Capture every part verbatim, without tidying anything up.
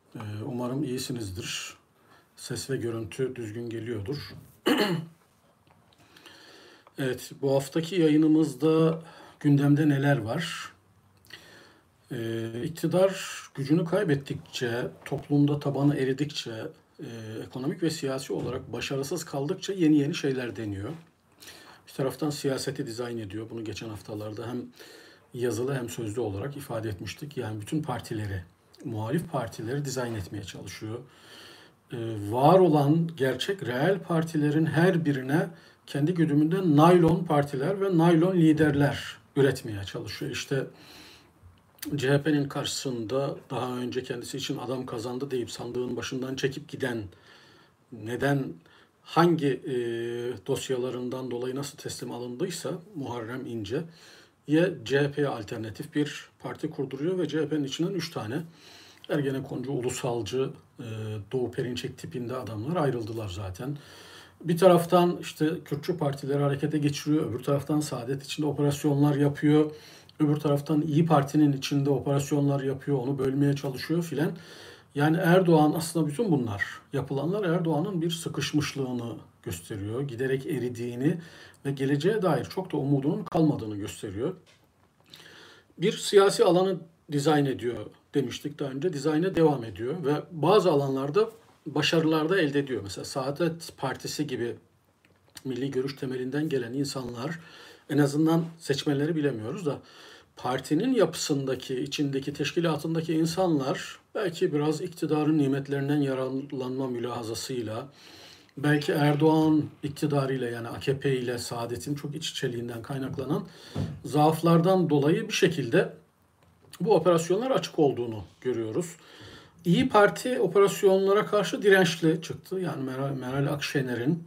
Ee, Umarım iyisinizdir. Ses ve görüntü düzgün geliyordur. Evet, bu haftaki yayınımızda gündemde neler var? Ee, iktidar gücünü kaybettikçe, toplumda tabanı eridikçe, e, ekonomik ve siyasi olarak başarısız kaldıkça yeni yeni şeyler deniyor. Bir taraftan siyaseti dizayn ediyor. Bunu geçen haftalarda hem yazılı hem sözlü olarak ifade etmiştik. Yani bütün partileri, muhalif partileri dizayn etmeye çalışıyor. Ee, var olan gerçek reel partilerin her birine kendi güdümünde naylon partiler ve naylon liderler üretmeye çalışıyor. İşte C H P'nin karşısında daha önce kendisi için adam kazandı deyip sandığın başından çekip giden, neden, hangi e, dosyalarından dolayı nasıl teslim alındıysa Muharrem İnce, ya C H P'ye alternatif bir parti kurduruyor ve C H P'nin içinden üç tane Ergenekoncu, ulusalcı, e, Doğu Perinçek tipinde adamlar ayrıldılar zaten. Bir taraftan işte Kürtçü partileri harekete geçiriyor, öbür taraftan Saadet içinde operasyonlar yapıyor, öbür taraftan İyi Parti'nin içinde operasyonlar yapıyor, onu bölmeye çalışıyor filan. Yani Erdoğan aslında bütün bunlar, yapılanlar Erdoğan'ın bir sıkışmışlığını gösteriyor, giderek eridiğini ve geleceğe dair çok da umudunun kalmadığını gösteriyor. Bir siyasi alanı dizayn ediyor demiştik daha önce. Dizayna devam ediyor ve bazı alanlarda başarılar da elde ediyor. Mesela Saadet Partisi gibi milli görüş temelinden gelen insanlar, en azından seçmenleri bilemiyoruz da, partinin yapısındaki, içindeki, teşkilatındaki insanlar belki biraz iktidarın nimetlerinden yararlanma mülahazasıyla, belki Erdoğan iktidarıyla, yani A K P ile Saadet'in çok iç içeliğinden kaynaklanan zaaflardan dolayı bir şekilde bu operasyonlar açık olduğunu görüyoruz. İyi Parti operasyonlara karşı dirençli çıktı. Yani Meral, Meral Akşener'in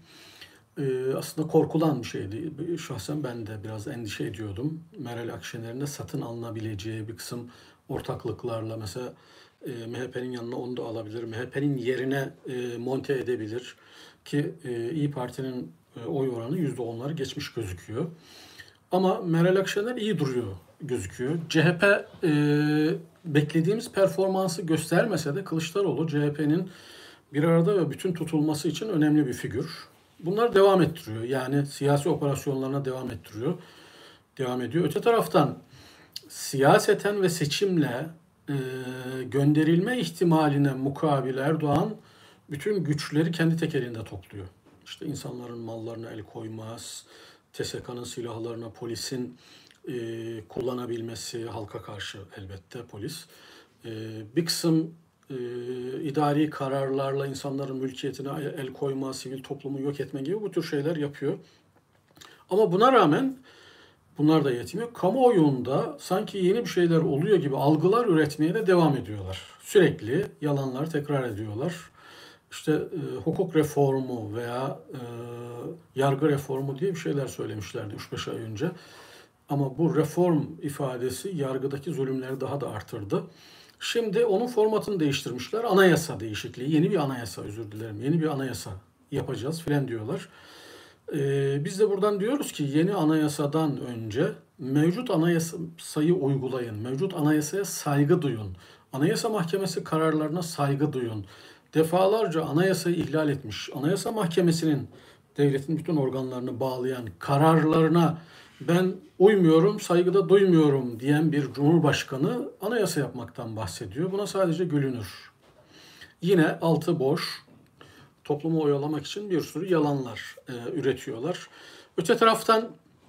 e, aslında korkulan bir şeydi. Şahsen ben de biraz endişe ediyordum. Meral Akşener'in de satın alınabileceği bir kısım ortaklıklarla, mesela e, M H P'nin yanına onu da alabilir, M H P'nin yerine e, monte edebilir ki e, İyi Parti'nin e, oy oranı yüzde onları geçmiş gözüküyor. Ama Meral Akşener iyi duruyor gözüküyor. C H P e, beklediğimiz performansı göstermese de Kılıçdaroğlu C H P'nin bir arada ve bütün tutulması için önemli bir figür. Bunlar devam ettiriyor. Yani siyasi operasyonlarına devam ettiriyor. Devam ediyor. Öte taraftan siyaseten ve seçimle e, gönderilme ihtimaline mukabil Erdoğan bütün güçleri kendi tekelinde topluyor. İşte insanların mallarına el koymaz, T S K'nın silahlarına polisin e, kullanabilmesi, halka karşı elbette polis. E, bir kısım e, idari kararlarla insanların mülkiyetine el koyma, sivil toplumu yok etme gibi bu tür şeyler yapıyor. Ama buna rağmen bunlar da yetmiyor. Kamuoyunda sanki yeni bir şeyler oluyor gibi algılar üretmeye de devam ediyorlar. Sürekli yalanlar tekrar ediyorlar. İşte e, hukuk reformu veya e, yargı reformu diye bir şeyler söylemişlerdi üç beş ay önce. Ama bu reform ifadesi yargıdaki zulümleri daha da artırdı. Şimdi onun formatını değiştirmişler. Anayasa değişikliği, yeni bir anayasa, özür dilerim, yeni bir anayasa yapacağız filan diyorlar. Ee, biz de buradan diyoruz ki yeni anayasadan önce mevcut anayasayı uygulayın, mevcut anayasaya saygı duyun, Anayasa Mahkemesi kararlarına saygı duyun. Defalarca anayasayı ihlal etmiş, Anayasa Mahkemesi'nin, devletin bütün organlarını bağlayan kararlarına ben uymuyorum, saygıda duymuyorum diyen bir cumhurbaşkanı anayasa yapmaktan bahsediyor. Buna sadece gülünür. Yine altı boş, toplumu oyalamak için bir sürü yalanlar e, üretiyorlar. Öte taraftan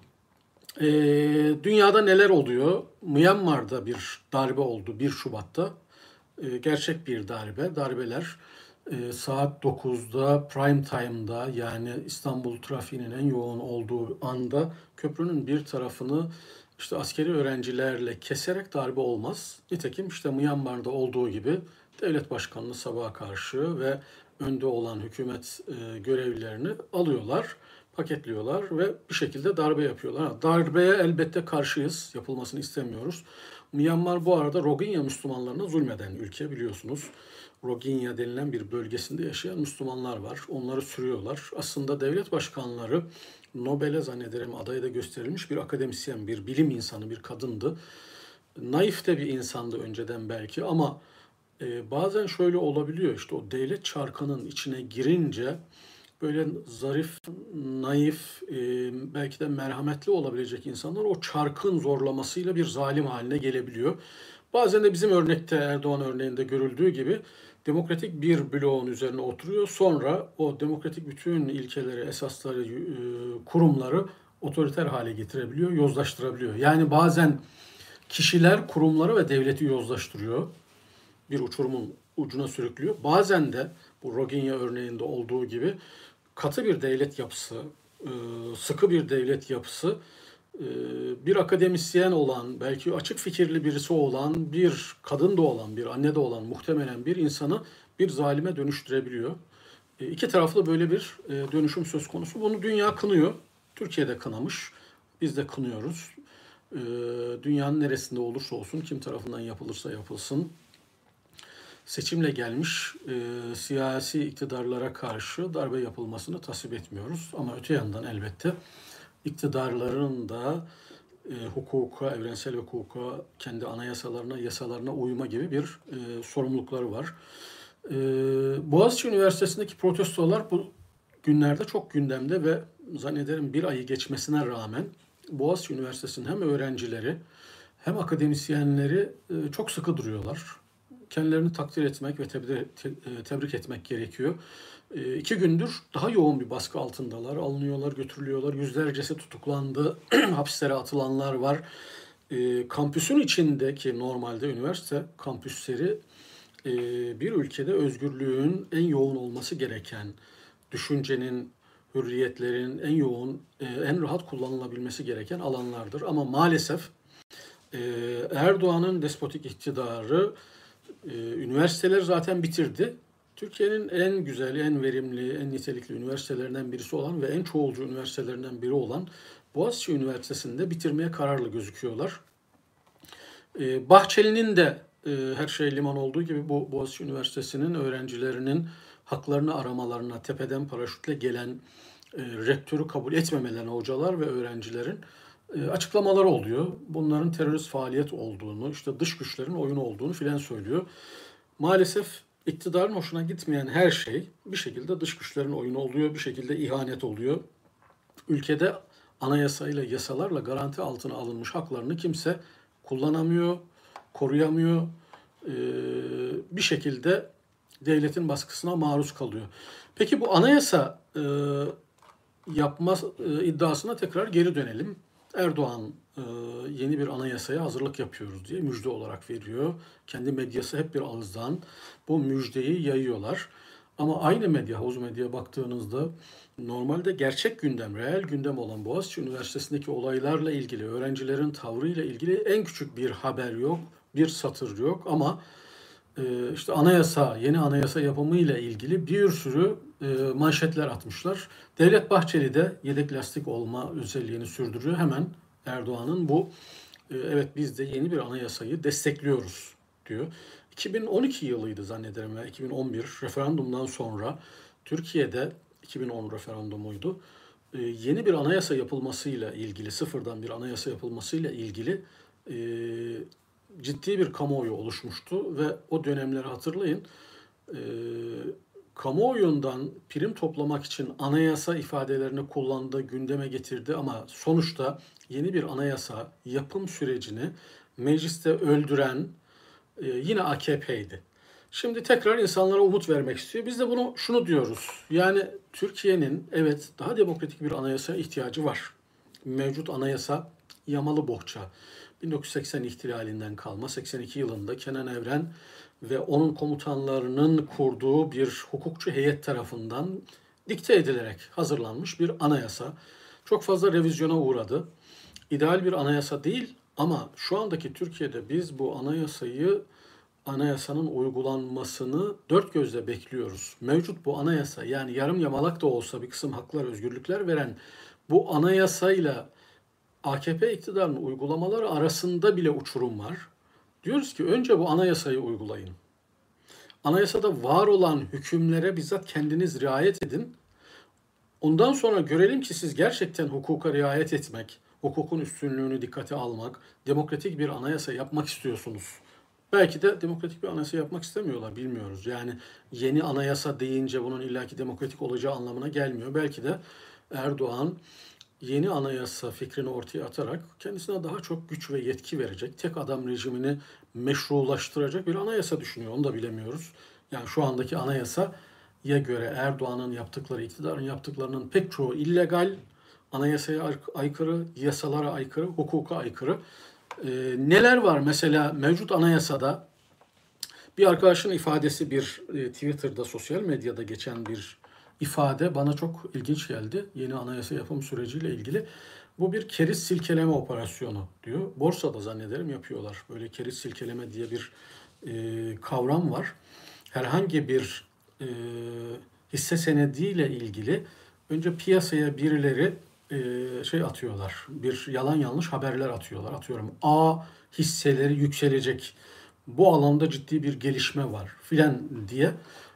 e, dünyada neler oluyor? Myanmar'da bir darbe oldu bir Şubat'ta. E, gerçek bir darbe. Darbeler e, saat dokuzda prime time'da, yani İstanbul trafiğinin en yoğun olduğu anda köprünün bir tarafını işte askeri öğrencilerle keserek darbe olmaz. Nitekim işte Myanmar'da olduğu gibi devlet başkanını sabaha karşı ve önde olan hükümet e, görevlilerini alıyorlar, paketliyorlar ve bir şekilde darbe yapıyorlar. Darbeye elbette karşıyız, yapılmasını istemiyoruz. Myanmar bu arada Rohingya Müslümanlarına zulmeden ülke, biliyorsunuz. Rohingya denilen bir bölgesinde yaşayan Müslümanlar var. Onları sürüyorlar. Aslında devlet başkanları, Nobel'e zannederim adayı da gösterilmiş bir akademisyen, bir bilim insanı, bir kadındı. Naif de bir insandı önceden belki ama Eee, bazen şöyle olabiliyor, işte o devlet çarkının içine girince böyle zarif, naif, eee, belki de merhametli olabilecek insanlar o çarkın zorlamasıyla bir zalim haline gelebiliyor. Bazen de bizim örnekte, Erdoğan örneğinde görüldüğü gibi demokratik bir bloğun üzerine oturuyor. Sonra o demokratik bütün ilkeleri, esasları, eee, kurumları otoriter hale getirebiliyor, yozlaştırabiliyor. Yani bazen kişiler kurumları ve devleti yozlaştırıyor, bir uçurumun ucuna sürüklüyor. Bazen de bu Rohingya örneğinde olduğu gibi katı bir devlet yapısı, e, sıkı bir devlet yapısı, e, bir akademisyen olan, belki açık fikirli birisi olan, bir kadın da olan, bir anne de olan muhtemelen bir insanı bir zalime dönüştürebiliyor. E, İki taraflı böyle bir e, dönüşüm söz konusu. Bunu dünya kınıyor. Türkiye'de kınamış. Biz de kınıyoruz. E, Dünyanın neresinde olursa olsun, kim tarafından yapılırsa yapılsın, seçimle gelmiş e, siyasi iktidarlara karşı darbe yapılmasını tasvip etmiyoruz. Ama öte yandan elbette iktidarların da e, hukuka, evrensel hukuka, kendi anayasalarına, yasalarına uyma gibi bir e, sorumlulukları var. E, Boğaziçi Üniversitesi'ndeki protestolar bu günlerde çok gündemde ve zannederim bir ayı geçmesine rağmen Boğaziçi Üniversitesi'nin hem öğrencileri hem akademisyenleri e, çok sıkı duruyorlar. Kendilerini takdir etmek ve tebrik etmek gerekiyor. E, iki gündür daha yoğun bir baskı altındalar. Alınıyorlar, götürülüyorlar. Yüzlercesi tutuklandı. Hapislere atılanlar var. E, kampüsün içindeki normalde üniversite kampüsleri e, bir ülkede özgürlüğün en yoğun olması gereken, düşüncenin, hürriyetlerin en yoğun, e, en rahat kullanılabilmesi gereken alanlardır. Ama maalesef e, Erdoğan'ın despotik iktidarı e, üniversiteler zaten bitirdi. Türkiye'nin en güzel, en verimli, en nitelikli üniversitelerinden birisi olan ve en çoğulcu üniversitelerinden biri olan Boğaziçi Üniversitesi'nde bitirmeye kararlı gözüküyorlar. E, Bahçeli'nin de e, her şey liman olduğu gibi bu Boğaziçi Üniversitesi'nin öğrencilerinin haklarını aramalarına tepeden paraşütle gelen e, rektörü kabul etmemelerine hocalar ve öğrencilerin e, açıklamaları oluyor. Bunların terörist faaliyet olduğunu, işte dış güçlerin oyunu olduğunu filan söylüyor. Maalesef iktidarın hoşuna gitmeyen her şey bir şekilde dış güçlerin oyunu oluyor, bir şekilde ihanet oluyor. Ülkede anayasayla, yasalarla garanti altına alınmış haklarını kimse kullanamıyor, koruyamıyor. Ee, bir şekilde devletin baskısına maruz kalıyor. Peki bu anayasa e, yapma e, iddiasına tekrar geri dönelim. Erdoğan e, yeni bir anayasaya hazırlık yapıyoruz diye müjde olarak veriyor. Kendi medyası hep bir ağızdan bu müjdeyi yayıyorlar. Ama aynı medya, havuz medyaya baktığınızda normalde gerçek gündem, reel gündem olan Boğaziçi Üniversitesi'ndeki olaylarla ilgili, öğrencilerin tavrıyla ilgili en küçük bir haber yok, bir satır yok. Ama e, işte anayasa, yeni anayasa yapımıyla ilgili bir sürü e, manşetler atmışlar. Devlet Bahçeli de yedek lastik olma özelliğini sürdürüyor. Hemen Erdoğan'ın bu e, evet biz de yeni bir anayasayı destekliyoruz diyor. iki bin on iki yılıydı zannederim veya iki bin on bir referandumdan sonra Türkiye'de iki bin on referandumuydu. E, yeni bir anayasa yapılmasıyla ilgili, sıfırdan bir anayasa yapılmasıyla ilgili e, ciddi bir kamuoyu oluşmuştu ve o dönemleri hatırlayın. E, kamuoyundan prim toplamak için anayasa ifadelerini kullandı, gündeme getirdi ama sonuçta yeni bir anayasa yapım sürecini mecliste öldüren e, yine A K P'ydi. Şimdi tekrar insanlara umut vermek istiyor. Biz de bunu şunu diyoruz. Yani Türkiye'nin evet daha demokratik bir anayasaya ihtiyacı var. Mevcut anayasa yamalı bohça. bin dokuz yüz seksen ihtilalinden kalma seksen iki yılında Kenan Evren ve onun komutanlarının kurduğu bir hukukçu heyet tarafından dikte edilerek hazırlanmış bir anayasa. Çok fazla revizyona uğradı. İdeal bir anayasa değil ama şu andaki Türkiye'de biz bu anayasayı, anayasanın uygulanmasını dört gözle bekliyoruz. Mevcut bu anayasa, yani yarım yamalak da olsa bir kısım haklar, özgürlükler veren bu anayasayla A K P iktidarının uygulamaları arasında bile uçurum var. Diyoruz ki önce bu anayasayı uygulayın. Anayasada var olan hükümlere bizzat kendiniz riayet edin. Ondan sonra görelim ki siz gerçekten hukuka riayet etmek, hukukun üstünlüğünü dikkate almak, demokratik bir anayasa yapmak istiyorsunuz. Belki de demokratik bir anayasa yapmak istemiyorlar, bilmiyoruz. Yani yeni anayasa deyince bunun illaki demokratik olacağı anlamına gelmiyor. Belki de Erdoğan yeni anayasa fikrini ortaya atarak kendisine daha çok güç ve yetki verecek, tek adam rejimini meşrulaştıracak bir anayasa düşünüyor. Onu da bilemiyoruz. Yani şu andaki anayasaya göre Erdoğan'ın yaptıkları, iktidarın yaptıklarının pek çoğu illegal, anayasaya aykırı, yasalara aykırı, hukuka aykırı. Ee, neler var mesela mevcut anayasada? Bir arkadaşın ifadesi, bir e, Twitter'da, sosyal medyada geçen bir ifade bana çok ilginç geldi. Yeni anayasa yapım süreciyle ilgili. Bu bir keriz silkeleme operasyonu diyor. Borsada zannederim yapıyorlar. Böyle keriz silkeleme diye bir e, kavram var. Herhangi bir e, hisse senediyle ilgili önce piyasaya birileri e, şey atıyorlar. Bir yalan yanlış haberler atıyorlar. Atıyorum A hisseleri yükselecek, bu alanda ciddi bir gelişme var filan diye.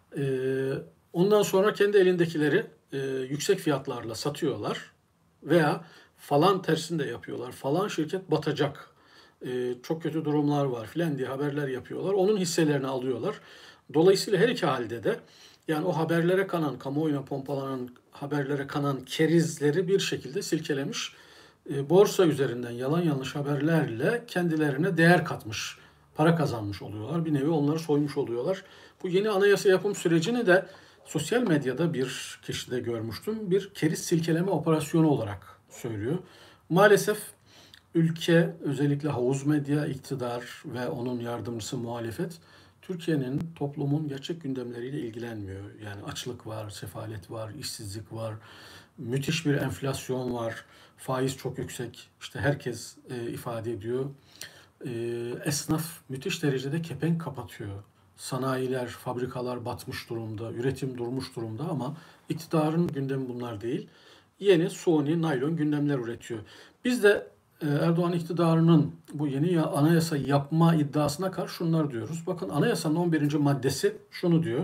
Ee, ondan sonra kendi elindekileri e, yüksek fiyatlarla satıyorlar veya falan tersini de yapıyorlar. Falan şirket batacak, e, çok kötü durumlar var filan diye haberler yapıyorlar. Onun hisselerini alıyorlar. Dolayısıyla her iki halde de yani o haberlere kanan, kamuoyuna pompalanan haberlere kanan kerizleri bir şekilde silkelemiş, e, borsa üzerinden yalan yanlış haberlerle kendilerine değer katmış, para kazanmış oluyorlar. Bir nevi onları soymuş oluyorlar. Bu yeni anayasa yapım sürecini de sosyal medyada bir kişide görmüştüm. Bir keriz silkeleme operasyonu olarak söylüyor. Maalesef ülke, özellikle havuz medya, iktidar ve onun yardımcısı muhalefet, Türkiye'nin, toplumun gerçek gündemleriyle ilgilenmiyor. Yani açlık var, sefalet var, işsizlik var, müthiş bir enflasyon var, faiz çok yüksek. İşte herkes e, ifade ediyor. E, esnaf müthiş derecede kepenk kapatıyor. Sanayiler, fabrikalar batmış durumda, üretim durmuş durumda ama iktidarın gündemi bunlar değil. Yeni, suni, naylon gündemler üretiyor. Biz de e, Erdoğan iktidarının bu yeni anayasa yapma iddiasına karşı şunlar diyoruz. Bakın, anayasanın on birinci maddesi şunu diyor.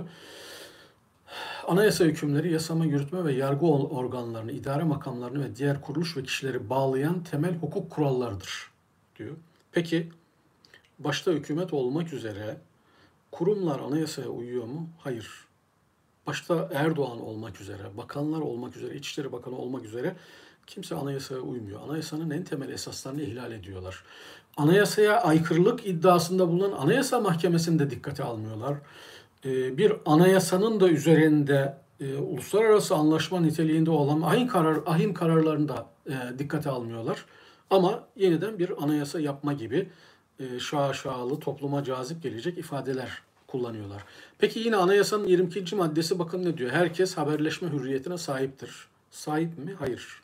Anayasa hükümleri yasama, yürütme ve yargı organlarını, idare makamlarını ve diğer kuruluş ve kişileri bağlayan temel hukuk kurallarıdır diyor. Peki başta hükümet olmak üzere kurumlar anayasaya uyuyor mu? Hayır. Başta Erdoğan olmak üzere, bakanlar olmak üzere, İçişleri Bakanı olmak üzere kimse anayasaya uymuyor. Anayasanın en temel esaslarını ihlal ediyorlar. Anayasaya aykırılık iddiasında bulunan Anayasa Mahkemesi'ni de dikkate almıyorlar. Bir anayasanın da üzerinde e, uluslararası anlaşma niteliğinde olan ahim karar ahim kararlarını da e, dikkate almıyorlar. Ama yeniden bir anayasa yapma gibi e, şaşalı, topluma cazip gelecek ifadeler kullanıyorlar. Peki yine anayasanın yirmi ikinci maddesi bakın ne diyor? Herkes haberleşme hürriyetine sahiptir. Sahip mi? Hayır.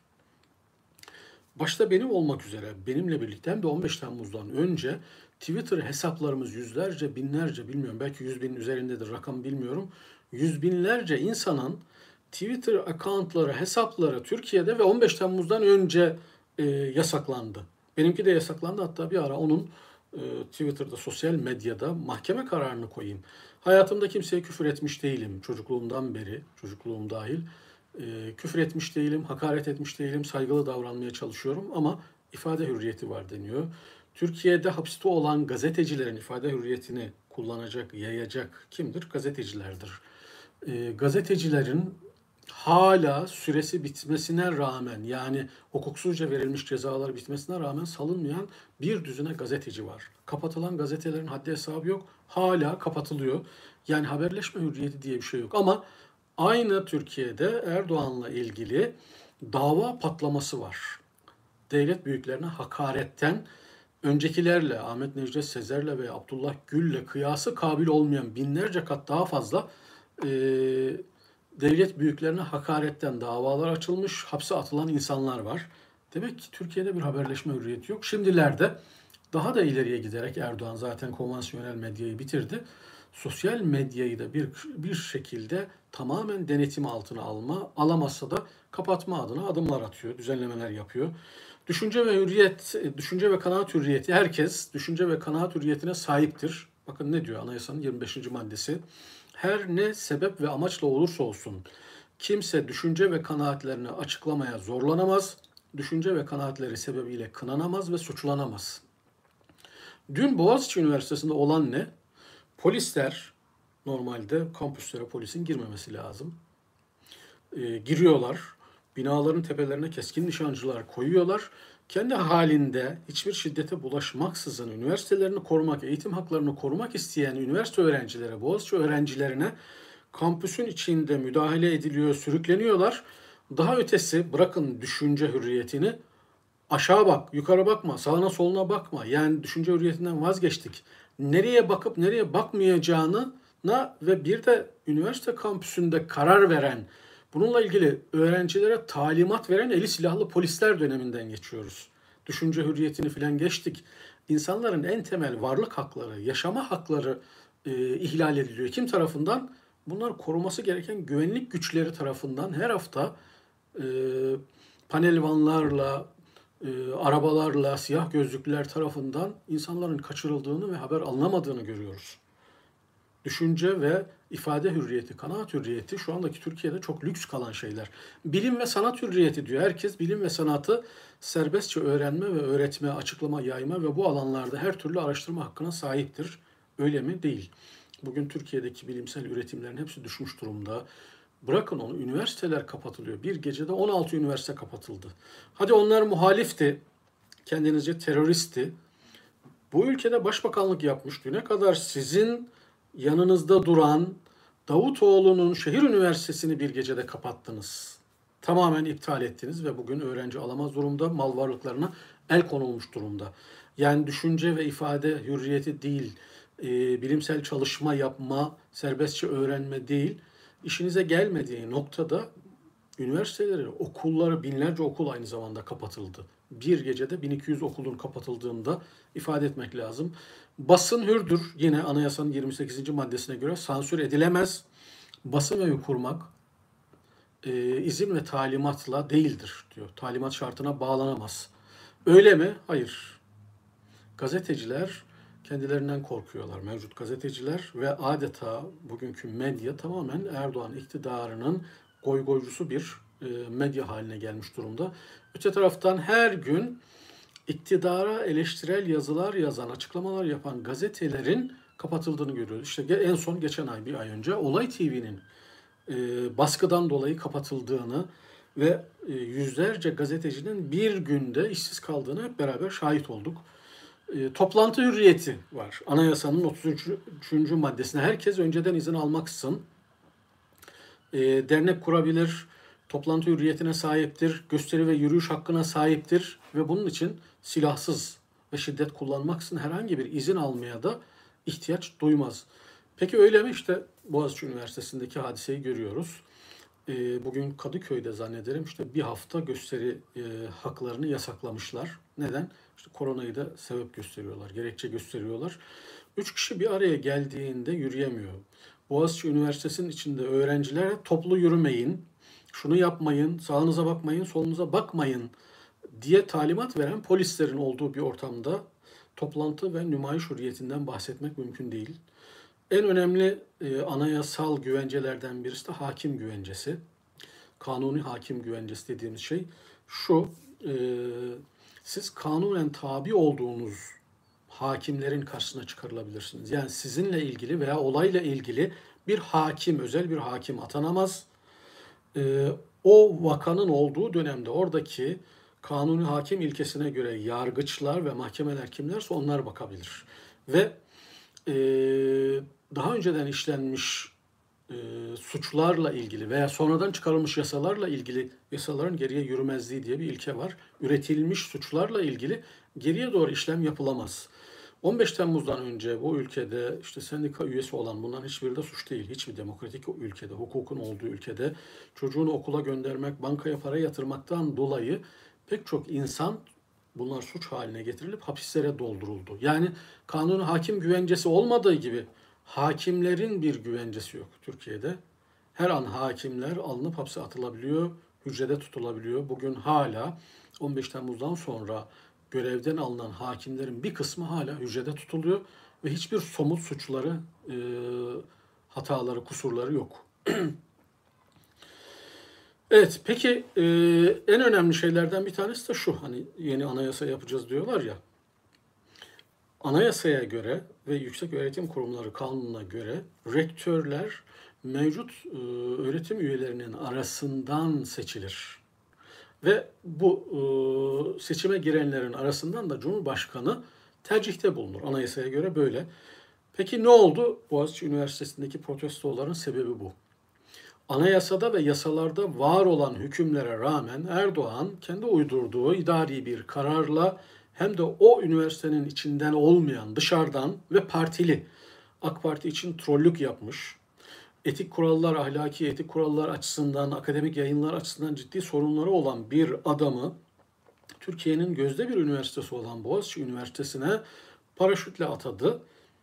Başta benim olmak üzere, benimle birlikte hem de on beş Temmuz'dan önce Twitter hesaplarımız yüzlerce, binlerce, bilmiyorum, belki yüz binin üzerindedir, rakam bilmiyorum. Yüz binlerce insanın Twitter accountları, hesapları Türkiye'de ve on beş Temmuz'dan önce e, yasaklandı. Benimki de yasaklandı. Hatta bir ara onun e, Twitter'da, sosyal medyada mahkeme kararını koyayım. Hayatımda kimseye küfür etmiş değilim. Çocukluğumdan beri, çocukluğum dahil. E, küfür etmiş değilim, hakaret etmiş değilim, saygılı davranmaya çalışıyorum ama ifade hürriyeti var deniyor. Türkiye'de hapiste olan gazetecilerin ifade hürriyetini kullanacak, yayacak kimdir? Gazetecilerdir. E, gazetecilerin hala süresi bitmesine rağmen, yani hukuksuzca verilmiş cezalar bitmesine rağmen salınmayan bir düzine gazeteci var. Kapatılan gazetelerin haddi hesabı yok. Hala kapatılıyor. Yani haberleşme hürriyeti diye bir şey yok. Ama aynı Türkiye'de Erdoğan'la ilgili dava patlaması var. Devlet büyüklerine hakaretten öncekilerle, Ahmet Necdet Sezer'le ve Abdullah Gül'le kıyası kabil olmayan binlerce kat daha fazla e, devlet büyüklerine hakaretten davalar açılmış, hapse atılan insanlar var. Demek ki Türkiye'de bir haberleşme hürriyeti yok. Şimdilerde daha da ileriye giderek Erdoğan zaten konvansiyonel medyayı bitirdi. Sosyal medyayı da bir bir şekilde tamamen denetim altına alma, alamazsa da kapatma adına adımlar atıyor, düzenlemeler yapıyor. Düşünce ve hürriyet, düşünce ve kanaat hürriyeti, herkes düşünce ve kanaat hürriyetine sahiptir. Bakın ne diyor anayasanın yirmi beşinci maddesi. Her ne sebep ve amaçla olursa olsun kimse düşünce ve kanaatlerini açıklamaya zorlanamaz, düşünce ve kanaatleri sebebiyle kınanamaz ve suçlanamaz. Dün Boğaziçi Üniversitesi'nde olan ne? Polisler, normalde kampüslere polisin girmemesi lazım. E, giriyorlar, binaların tepelerine keskin nişancılar koyuyorlar. Kendi halinde hiçbir şiddete bulaşmaksızın üniversitelerini korumak, eğitim haklarını korumak isteyen üniversite öğrencilere, Boğaziçi öğrencilerine kampüsün içinde müdahale ediliyor, sürükleniyorlar. Daha ötesi, bırakın düşünce hürriyetini, aşağı bak, yukarı bakma, sağına soluna bakma. Yani düşünce hürriyetinden vazgeçtik. Nereye bakıp nereye bakmayacağını ve bir de üniversite kampüsünde karar veren, bununla ilgili öğrencilere talimat veren eli silahlı polisler döneminden geçiyoruz. Düşünce hürriyetini filan geçtik. İnsanların en temel varlık hakları, yaşama hakları e, ihlal ediliyor. Kim tarafından? Bunlar koruması gereken güvenlik güçleri tarafından her hafta e, panel vanlarla, e, arabalarla, siyah gözlüklüler tarafından insanların kaçırıldığını ve haber alınamadığını görüyoruz. Düşünce ve ifade hürriyeti, kanaat hürriyeti şu andaki Türkiye'de çok lüks kalan şeyler. Bilim ve sanat hürriyeti diyor. Herkes bilim ve sanatı serbestçe öğrenme ve öğretme, açıklama, yayma ve bu alanlarda her türlü araştırma hakkına sahiptir. Öyle mi? Değil. Bugün Türkiye'deki bilimsel üretimlerin hepsi düşmüş durumda. Bırakın onu, üniversiteler kapatılıyor. Bir gecede on altı üniversite kapatıldı. Hadi onlar muhalifti, kendinizce teröristti. Bu ülkede başbakanlık yapmış. Düne kadar sizin yanınızda duran Davutoğlu'nun şehir üniversitesini bir gecede kapattınız. Tamamen iptal ettiniz ve bugün öğrenci alamaz durumda, mal varlıklarına el konulmuş durumda. Yani düşünce ve ifade hürriyeti değil, e, bilimsel çalışma yapma, serbestçe öğrenme değil, işinize gelmediği noktada üniversiteleri, okulları, binlerce okul aynı zamanda kapatıldı. Bir gecede bin iki yüz okulun kapatıldığında ifade etmek lazım. Basın hürdür. Yine anayasanın yirmi sekizinci maddesine göre sansür edilemez. Basın evi kurmak e, izin ve talimatla değildir diyor. Talimat şartına bağlanamaz. Öyle mi? Hayır. Gazeteciler kendilerinden korkuyorlar. Mevcut gazeteciler ve adeta bugünkü medya tamamen Erdoğan iktidarının goygoycusu bir e, medya haline gelmiş durumda. Öte taraftan her gün iktidara eleştirel yazılar yazan, açıklamalar yapan gazetelerin kapatıldığını görüyoruz. İşte en son geçen ay, bir ay önce Olay T V'nin e, baskıdan dolayı kapatıldığını ve e, yüzlerce gazetecinin bir günde işsiz kaldığını hep beraber şahit olduk. E, toplantı hürriyeti var. Anayasanın otuz üçüncü maddesine herkes önceden izin almaksızın e, dernek kurabilir, toplantı hürriyetine sahiptir, gösteri ve yürüyüş hakkına sahiptir ve bunun için silahsız ve şiddet kullanmaksızın herhangi bir izin almaya da ihtiyaç duymaz. Peki öyle mi? İşte Boğaziçi Üniversitesi'ndeki hadiseyi görüyoruz. E, bugün Kadıköy'de zannederim işte bir hafta gösteri e, haklarını yasaklamışlar. Neden? İşte koronayı da sebep gösteriyorlar, gerekçe gösteriyorlar. Üç kişi bir araya geldiğinde yürüyemiyor. Boğaziçi Üniversitesi'nin içinde öğrencilere toplu yürümeyin, şunu yapmayın, sağınıza bakmayın, solunuza bakmayın diye talimat veren polislerin olduğu bir ortamda toplantı ve nümayiş hürriyetinden bahsetmek mümkün değil. En önemli e, anayasal güvencelerden birisi de hakim güvencesi. Kanuni hakim güvencesi dediğimiz şey şu, e, siz kanunen tabi olduğunuz hakimlerin karşısına çıkarılabilirsiniz. Yani sizinle ilgili veya olayla ilgili bir hakim, özel bir hakim atanamaz. E, o vakanın olduğu dönemde oradaki kanuni hakim ilkesine göre yargıçlar ve mahkemeler kimlerse onlar bakabilir. Ve e, daha önceden işlenmiş e, suçlarla ilgili veya sonradan çıkarılmış yasalarla ilgili yasaların geriye yürümezliği diye bir ilke var. Üretilmiş suçlarla ilgili geriye doğru işlem yapılamaz. on beş Temmuz'dan önce bu ülkede işte sendika üyesi olan, bunların hiçbiri de suç değil. Hiçbir demokratik ülkede, hukukun olduğu ülkede çocuğunu okula göndermek, bankaya para yatırmaktan dolayı pek çok insan, bunlar suç haline getirilip hapislere dolduruldu. Yani kanun hakim güvencesi olmadığı gibi hakimlerin bir güvencesi yok Türkiye'de. Her an hakimler alınıp hapse atılabiliyor, hücrede tutulabiliyor. Bugün hala on beş Temmuz'dan sonra görevden alınan hakimlerin bir kısmı hala hücrede tutuluyor ve hiçbir somut suçları, e, hataları, kusurları yok. Evet, peki e, en önemli şeylerden bir tanesi de şu, hani yeni anayasa yapacağız diyorlar ya. Anayasaya göre ve Yükseköğretim Kurumları Kanunu'na göre rektörler mevcut e, öğretim üyelerinin arasından seçilir. Ve bu e, seçime girenlerin arasından da Cumhurbaşkanı tercihte bulunur. Anayasaya göre böyle. Peki ne oldu? Boğaziçi Üniversitesi'ndeki protestoların sebebi bu. Anayasada ve yasalarda var olan hükümlere rağmen Erdoğan kendi uydurduğu idari bir kararla hem de o üniversitenin içinden olmayan, dışarıdan ve partili AK Parti için trollük yapmış. Etik kurallar, ahlaki etik kurallar açısından, akademik yayınlar açısından ciddi sorunları olan bir adamı Türkiye'nin gözde bir üniversitesi olan Boğaziçi Üniversitesi'ne paraşütle atadı.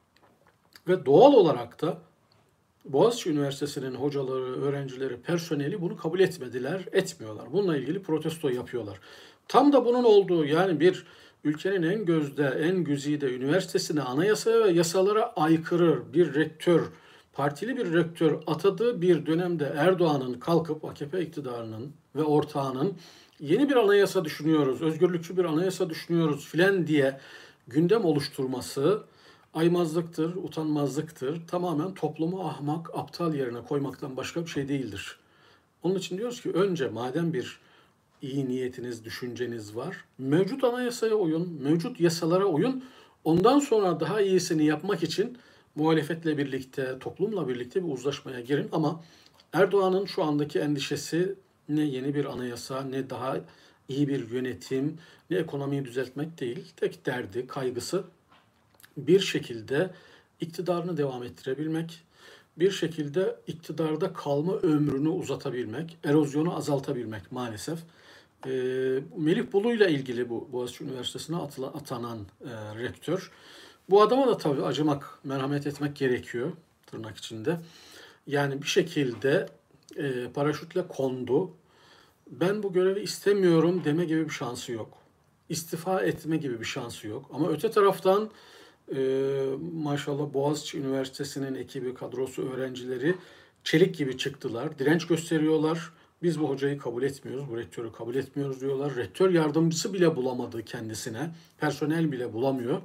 Ve doğal olarak da Boğaziçi Üniversitesi'nin hocaları, öğrencileri, personeli bunu kabul etmediler, etmiyorlar. Bununla ilgili protesto yapıyorlar. Tam da bunun olduğu, yani bir ülkenin en gözde, en güzide üniversitesine anayasaya ve yasalara aykırı bir rektör, partili bir rektör atadığı bir dönemde Erdoğan'ın kalkıp A K P iktidarının ve ortağının yeni bir anayasa düşünüyoruz, özgürlükçü bir anayasa düşünüyoruz filan diye gündem oluşturması aymazlıktır, utanmazlıktır. Tamamen toplumu ahmak, aptal yerine koymaktan başka bir şey değildir. Onun için diyoruz ki önce madem bir iyi niyetiniz, düşünceniz var, mevcut anayasaya uyun, mevcut yasalara uyun. Ondan sonra daha iyisini yapmak için muhalefetle birlikte, toplumla birlikte bir uzlaşmaya girin. Ama Erdoğan'ın şu andaki endişesi ne yeni bir anayasa, ne daha iyi bir yönetim, ne ekonomiyi düzeltmek değil. Tek derdi, kaygısı bir şekilde iktidarını devam ettirebilmek, bir şekilde iktidarda kalma ömrünü uzatabilmek, erozyonu azaltabilmek maalesef. E, Melih Bulu ile ilgili bu Boğaziçi Üniversitesi'ne atılan, atanan e, rektör. Bu adama da tabii acımak, merhamet etmek gerekiyor tırnak içinde. Yani bir şekilde e, paraşütle kondu. Ben bu görevi istemiyorum deme gibi bir şansı yok. İstifa etme gibi bir şansı yok. Ama öte taraftan ee, maşallah Boğaziçi Üniversitesi'nin ekibi, kadrosu, öğrencileri çelik gibi çıktılar. Direnç gösteriyorlar. Biz bu hocayı kabul etmiyoruz, bu rektörü kabul etmiyoruz diyorlar. Rektör yardımcısı bile bulamadı kendisine. Personel bile bulamıyor.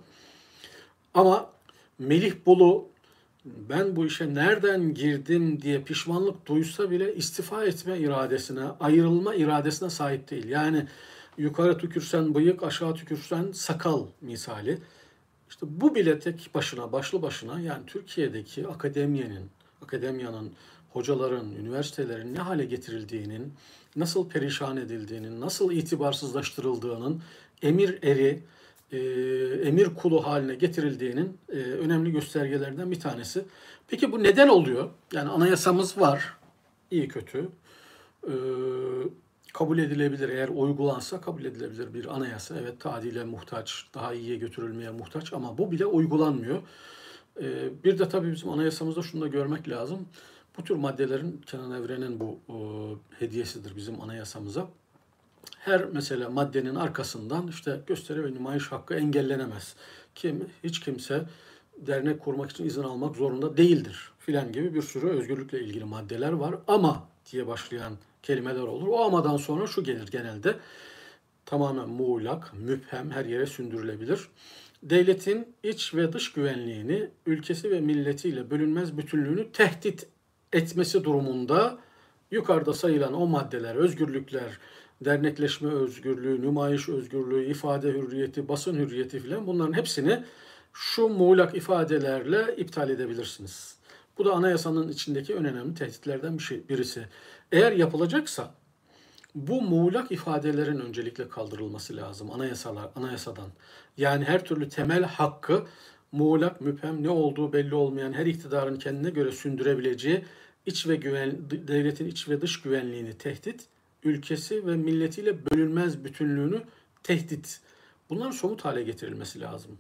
Ama Melih Bulu ben bu işe nereden girdim diye pişmanlık duysa bile istifa etme iradesine, ayrılma iradesine sahip değil. Yani yukarı tükürsen bıyık, aşağı tükürsen sakal misali. İşte bu bile tek başına, başlı başına yani Türkiye'deki akademiyenin, akademiyanın, hocaların, üniversitelerin ne hale getirildiğinin, nasıl perişan edildiğinin, nasıl itibarsızlaştırıldığının, emir eri, e, emir kulu haline getirildiğinin e, önemli göstergelerden bir tanesi. Peki bu neden oluyor? Yani anayasamız var, iyi kötü. E, kabul edilebilir, eğer uygulansa kabul edilebilir bir anayasa. Evet, tadile muhtaç, daha iyiye götürülmeye muhtaç ama bu bile uygulanmıyor. Ee, bir de tabii bizim anayasamızda şunu da görmek lazım. Bu tür maddelerin Kenan Evren'in bu e, hediyesidir bizim anayasamıza. Her mesela maddenin arkasından işte gösteri ve nümayiş hakkı engellenemez. Kim, hiç kimse dernek kurmak için izin almak zorunda değildir filan gibi bir sürü özgürlükle ilgili maddeler var. Ama diye başlayan kelimeler olur. O amadan sonra şu gelir genelde. Tamamen muğlak, müphem, her yere sündürülebilir. Devletin iç ve dış güvenliğini, ülkesi ve milletiyle bölünmez bütünlüğünü tehdit etmesi durumunda yukarıda sayılan o maddeler, özgürlükler, dernekleşme özgürlüğü, nümayiş özgürlüğü, ifade hürriyeti, basın hürriyeti filan bunların hepsini şu muğlak ifadelerle iptal edebilirsiniz. Bu da anayasanın içindeki en önemli tehditlerden bir şey, birisi. Eğer yapılacaksa bu muğlak ifadelerin öncelikle kaldırılması lazım anayasalar, anayasadan. Yani her türlü temel hakkı muğlak, müphem, ne olduğu belli olmayan her iktidarın kendine göre sündürebileceği iç ve güven, devletin iç ve dış güvenliğini tehdit, ülkesi ve milletiyle bölünmez bütünlüğünü tehdit. Bunların somut hale getirilmesi lazım.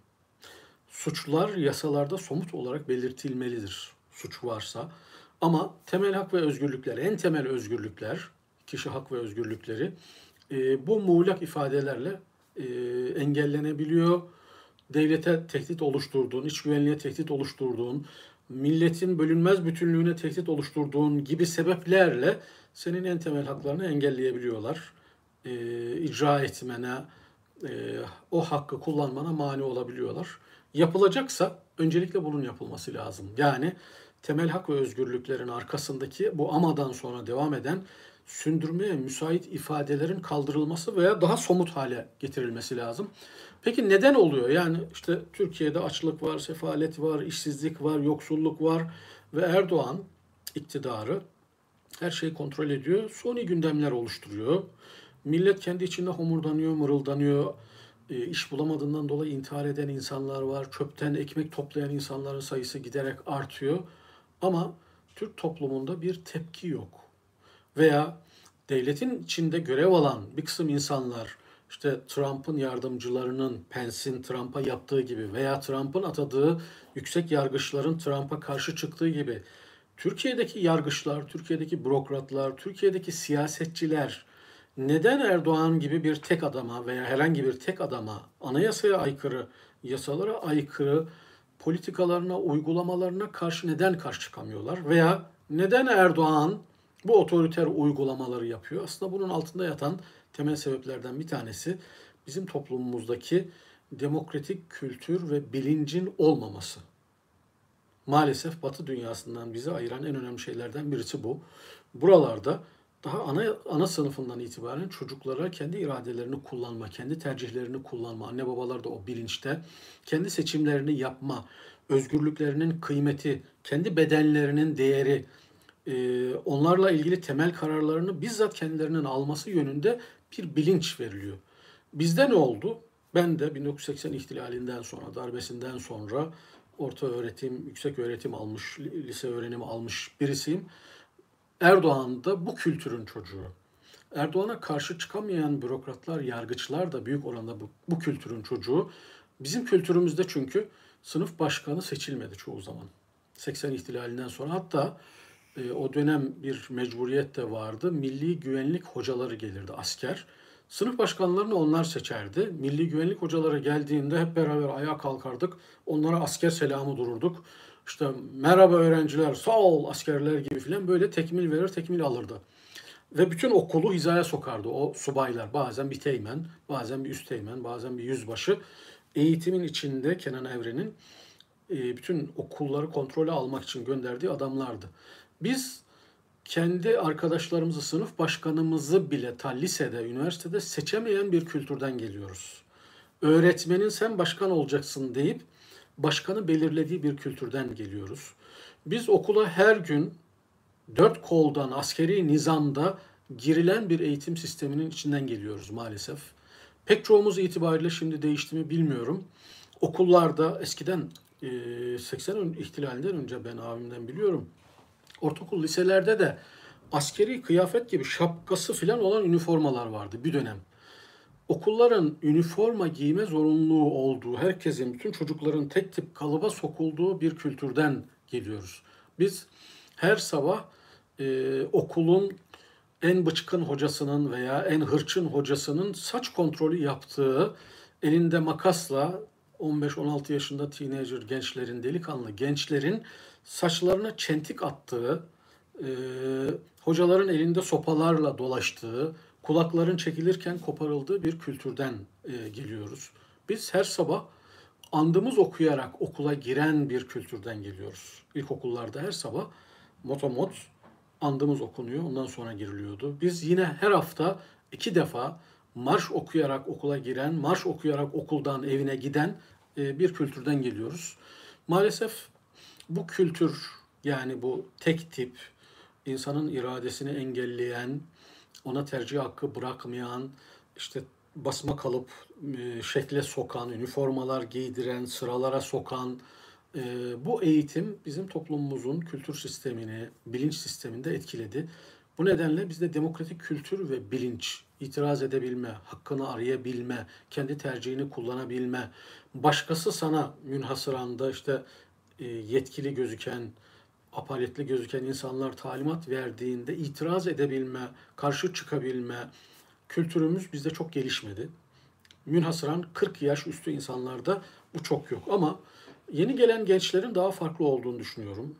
Suçlar yasalarda somut olarak belirtilmelidir suç varsa. Ama temel hak ve özgürlükler, en temel özgürlükler, kişi hak ve özgürlükleri e, bu muğlak ifadelerle e, engellenebiliyor. Devlete tehdit oluşturduğun, iç güvenliğe tehdit oluşturduğun, milletin bölünmez bütünlüğüne tehdit oluşturduğun gibi sebeplerle senin en temel haklarını engelleyebiliyorlar. E, icra etmene, e, o hakkı kullanmana mani olabiliyorlar. Yapılacaksa öncelikle bunun yapılması lazım. Yani temel hak ve özgürlüklerin arkasındaki bu amadan sonra devam eden sündürmeye müsait ifadelerin kaldırılması veya daha somut hale getirilmesi lazım. Peki neden oluyor? Yani işte Türkiye'de açlık var, sefalet var, işsizlik var, yoksulluk var ve Erdoğan iktidarı her şeyi kontrol ediyor. Suni gündemler oluşturuyor. Millet kendi içinde homurdanıyor, mırıldanıyor. E, iş bulamadığından dolayı intihar eden insanlar var. Çöpten ekmek toplayan insanların sayısı giderek artıyor. Ama Türk toplumunda bir tepki yok. Veya devletin içinde görev alan bir kısım insanlar işte Trump'ın yardımcılarının Pence'in Trump'a yaptığı gibi veya Trump'ın atadığı yüksek yargıçların Trump'a karşı çıktığı gibi Türkiye'deki yargıçlar, Türkiye'deki bürokratlar, Türkiye'deki siyasetçiler neden Erdoğan gibi bir tek adama veya herhangi bir tek adama anayasaya aykırı, yasalara aykırı politikalarına, uygulamalarına karşı neden karşı çıkamıyorlar? Veya neden Erdoğan bu otoriter uygulamaları yapıyor? Aslında bunun altında yatan temel sebeplerden bir tanesi bizim toplumumuzdaki demokratik kültür ve bilincin olmaması. Maalesef Batı dünyasından bizi ayıran en önemli şeylerden birisi bu. Buralarda daha ana, ana sınıfından itibaren çocuklara kendi iradelerini kullanma, kendi tercihlerini kullanma, anne babalar da o bilinçte, kendi seçimlerini yapma, özgürlüklerinin kıymeti, kendi bedenlerinin değeri, e, onlarla ilgili temel kararlarını bizzat kendilerinin alması yönünde bir bilinç veriliyor. Bizde ne oldu? Ben de bin dokuz yüz seksen ihtilalinden sonra, darbesinden sonra orta öğretim, yüksek öğretim almış, lise öğrenimi almış birisiyim. Erdoğan da bu kültürün çocuğu. Erdoğan'a karşı çıkamayan bürokratlar, yargıçlar da büyük oranda bu, bu kültürün çocuğu. Bizim kültürümüzde çünkü sınıf başkanı seçilmedi çoğu zaman. seksen ihtilalinden sonra hatta e, o dönem bir mecburiyet de vardı. Milli güvenlik hocaları gelirdi, asker. Sınıf başkanlarını onlar seçerdi. Milli güvenlik hocaları geldiğinde hep beraber ayağa kalkardık. Onlara asker selamı dururduk. İşte merhaba öğrenciler, sağ ol askerler gibi filan böyle tekmil verir, tekmil alırdı. Ve bütün okulu hizaya sokardı o subaylar. Bazen bir teğmen, bazen bir üsteğmen, bazen bir yüzbaşı. Eğitimin içinde Kenan Evren'in e, bütün okulları kontrole almak için gönderdiği adamlardı. Biz kendi arkadaşlarımızı, sınıf başkanımızı bile ta lisede, üniversitede seçemeyen bir kültürden geliyoruz. Öğretmenin sen başkan olacaksın deyip başkanı belirlediği bir kültürden geliyoruz. Biz okula her gün dört koldan askeri nizamda girilen bir eğitim sisteminin içinden geliyoruz maalesef. Pek çoğumuz itibariyle şimdi değişti mi bilmiyorum. Okullarda eskiden e, seksen ihtilalinden önce ben abimden biliyorum. Ortaokul liselerde de askeri kıyafet gibi şapkası falan olan üniformalar vardı bir dönem. Okulların üniforma giyme zorunluluğu olduğu, herkesin, bütün çocukların tek tip kalıba sokulduğu bir kültürden geliyoruz. Biz her sabah e, okulun en bıçkın hocasının veya en hırçın hocasının saç kontrolü yaptığı, elinde makasla on beş on altı yaşında teenager gençlerin, delikanlı gençlerin saçlarına çentik attığı, e, hocaların elinde sopalarla dolaştığı, kulakların çekilirken koparıldığı bir kültürden e, geliyoruz. Biz her sabah andımız okuyarak okula giren bir kültürden geliyoruz. İlkokullarda her sabah motomot andımız okunuyor, ondan sonra giriliyordu. Biz yine her hafta iki defa marş okuyarak okula giren, marş okuyarak okuldan evine giden e, bir kültürden geliyoruz. Maalesef bu kültür, yani bu tek tip, insanın iradesini engelleyen, ona tercih hakkı bırakmayan, işte basma kalıp e, şekle sokan, üniformalar giydiren, sıralara sokan e, bu eğitim bizim toplumumuzun kültür sistemini, bilinç sisteminde etkiledi. Bu nedenle bizde demokratik kültür ve bilinç, itiraz edebilme, hakkını arayabilme, kendi tercihini kullanabilme, başkası sana münhasıranda işte e, yetkili gözüken, apaletli gözüken insanlar talimat verdiğinde itiraz edebilme, karşı çıkabilme kültürümüz bizde çok gelişmedi. Münhasıran kırk yaş üstü insanlarda bu çok yok. Ama yeni gelen gençlerin daha farklı olduğunu düşünüyorum.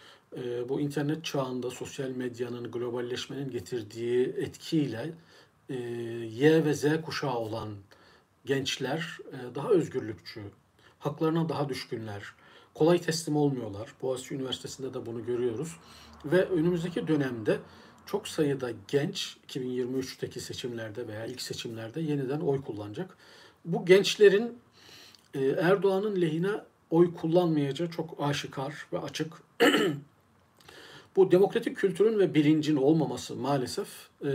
Ee, bu internet çağında sosyal medyanın, globalleşmenin getirdiği etkiyle e, Y ve Z kuşağı olan gençler e, daha özgürlükçü. haklarına daha düşkünler, kolay teslim olmuyorlar. Boğaziçi Üniversitesi'nde de bunu görüyoruz. Ve önümüzdeki dönemde çok sayıda genç iki bin yirmi üçteki seçimlerde veya ilk seçimlerde yeniden oy kullanacak. Bu gençlerin e, Erdoğan'ın lehine oy kullanmayacağı çok aşikar ve açık. Bu demokratik kültürün ve bilincin olmaması maalesef e,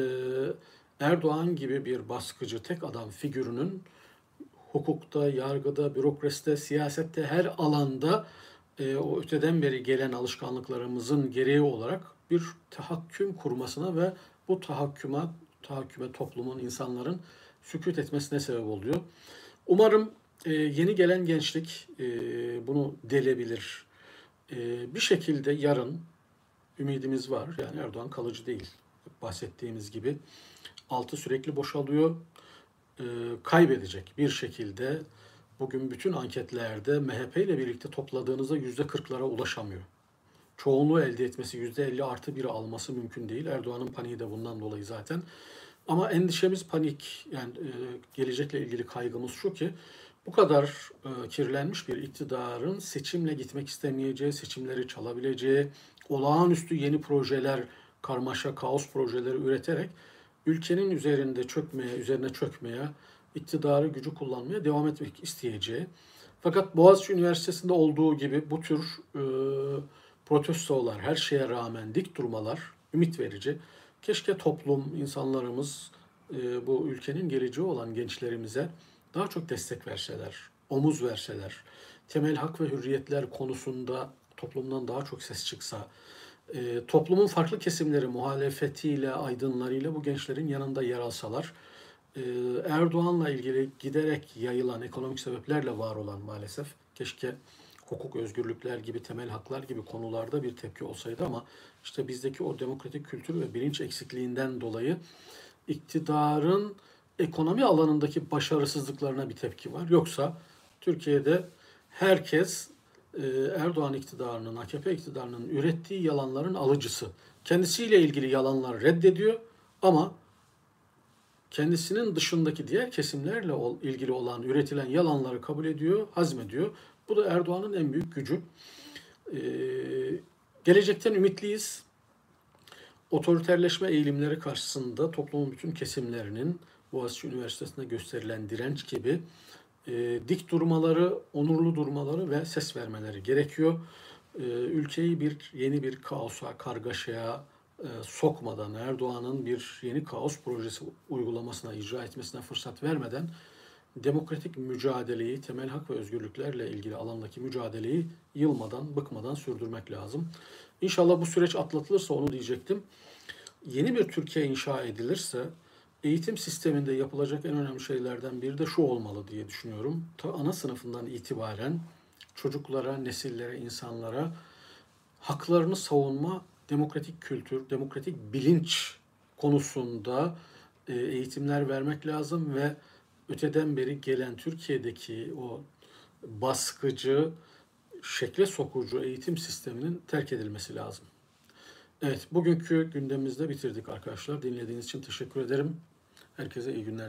Erdoğan gibi bir baskıcı tek adam figürünün hukukta, yargıda, bürokraside, siyasette her alanda e, o öteden beri gelen alışkanlıklarımızın gereği olarak bir tahakküm kurmasına ve bu tahakküme, tahakküme toplumun, insanların sükût etmesine sebep oluyor. Umarım e, yeni gelen gençlik e, bunu delebilir. E, bir şekilde yarın ümidimiz var. Yani Erdoğan kalıcı değil. Bahsettiğimiz gibi altı sürekli boşalıyor. E, kaybedecek bir şekilde. Bugün bütün anketlerde M H P ile birlikte topladığınızda yüzde kırklara ulaşamıyor. Çoğunluğu elde etmesi, yüzde elli artı biri alması mümkün değil. Erdoğan'ın paniği de bundan dolayı zaten. Ama endişemiz panik, yani e, gelecekle ilgili kaygımız şu ki bu kadar e, kirlenmiş bir iktidarın seçimle gitmek istemeyeceği, seçimleri çalabileceği, olağanüstü yeni projeler, karmaşa, kaos projeleri üreterek ülkenin üzerinde çökmeye, üzerine çökmeye, iktidarı, gücü kullanmaya devam etmek isteyeceği. Fakat Boğaziçi Üniversitesi'nde olduğu gibi bu tür e, protestolar, her şeye rağmen dik durmalar ümit verici. Keşke toplum, insanlarımız e, bu ülkenin geleceği olan gençlerimize daha çok destek verseler, omuz verseler, temel hak ve hürriyetler konusunda toplumdan daha çok ses çıksa, e, toplumun farklı kesimleri muhalefetiyle, aydınlarıyla bu gençlerin yanında yer alsalar, e, Erdoğan'la ilgili giderek yayılan ekonomik sebeplerle var olan maalesef, keşke hukuk, özgürlükler gibi, temel haklar gibi konularda bir tepki olsaydı ama işte bizdeki o demokratik kültür ve bilinç eksikliğinden dolayı iktidarın ekonomi alanındaki başarısızlıklarına bir tepki var. Yoksa Türkiye'de herkes e, Erdoğan iktidarının, A K P iktidarının ürettiği yalanların alıcısı. Kendisiyle ilgili yalanlar reddediyor ama kendisinin dışındaki diğer kesimlerle ilgili olan üretilen yalanları kabul ediyor, hazmediyor. Bu da Erdoğan'ın en büyük gücü. Ee, gelecekten ümitliyiz. Otoriterleşme eğilimleri karşısında toplumun bütün kesimlerinin Boğaziçi Üniversitesi'nde gösterilen direnç gibi e, dik durmaları, onurlu durmaları ve ses vermeleri gerekiyor. E, ülkeyi bir yeni bir kaosa, kargaşaya e, sokmadan, Erdoğan'ın bir yeni kaos projesi uygulamasına, icra etmesine fırsat vermeden demokratik mücadeleyi, temel hak ve özgürlüklerle ilgili alandaki mücadeleyi yılmadan, bıkmadan sürdürmek lazım. İnşallah bu süreç atlatılırsa onu diyecektim. Yeni bir Türkiye inşa edilirse eğitim sisteminde yapılacak en önemli şeylerden biri de şu olmalı diye düşünüyorum. Ta ana sınıfından itibaren çocuklara, nesillere, insanlara haklarını savunma, demokratik kültür, demokratik bilinç konusunda eğitimler vermek lazım ve öteden beri gelen Türkiye'deki o baskıcı, şekle sokucu eğitim sisteminin terk edilmesi lazım. Evet, bugünkü gündemimizde bitirdik arkadaşlar. Dinlediğiniz için teşekkür ederim. Herkese iyi günler.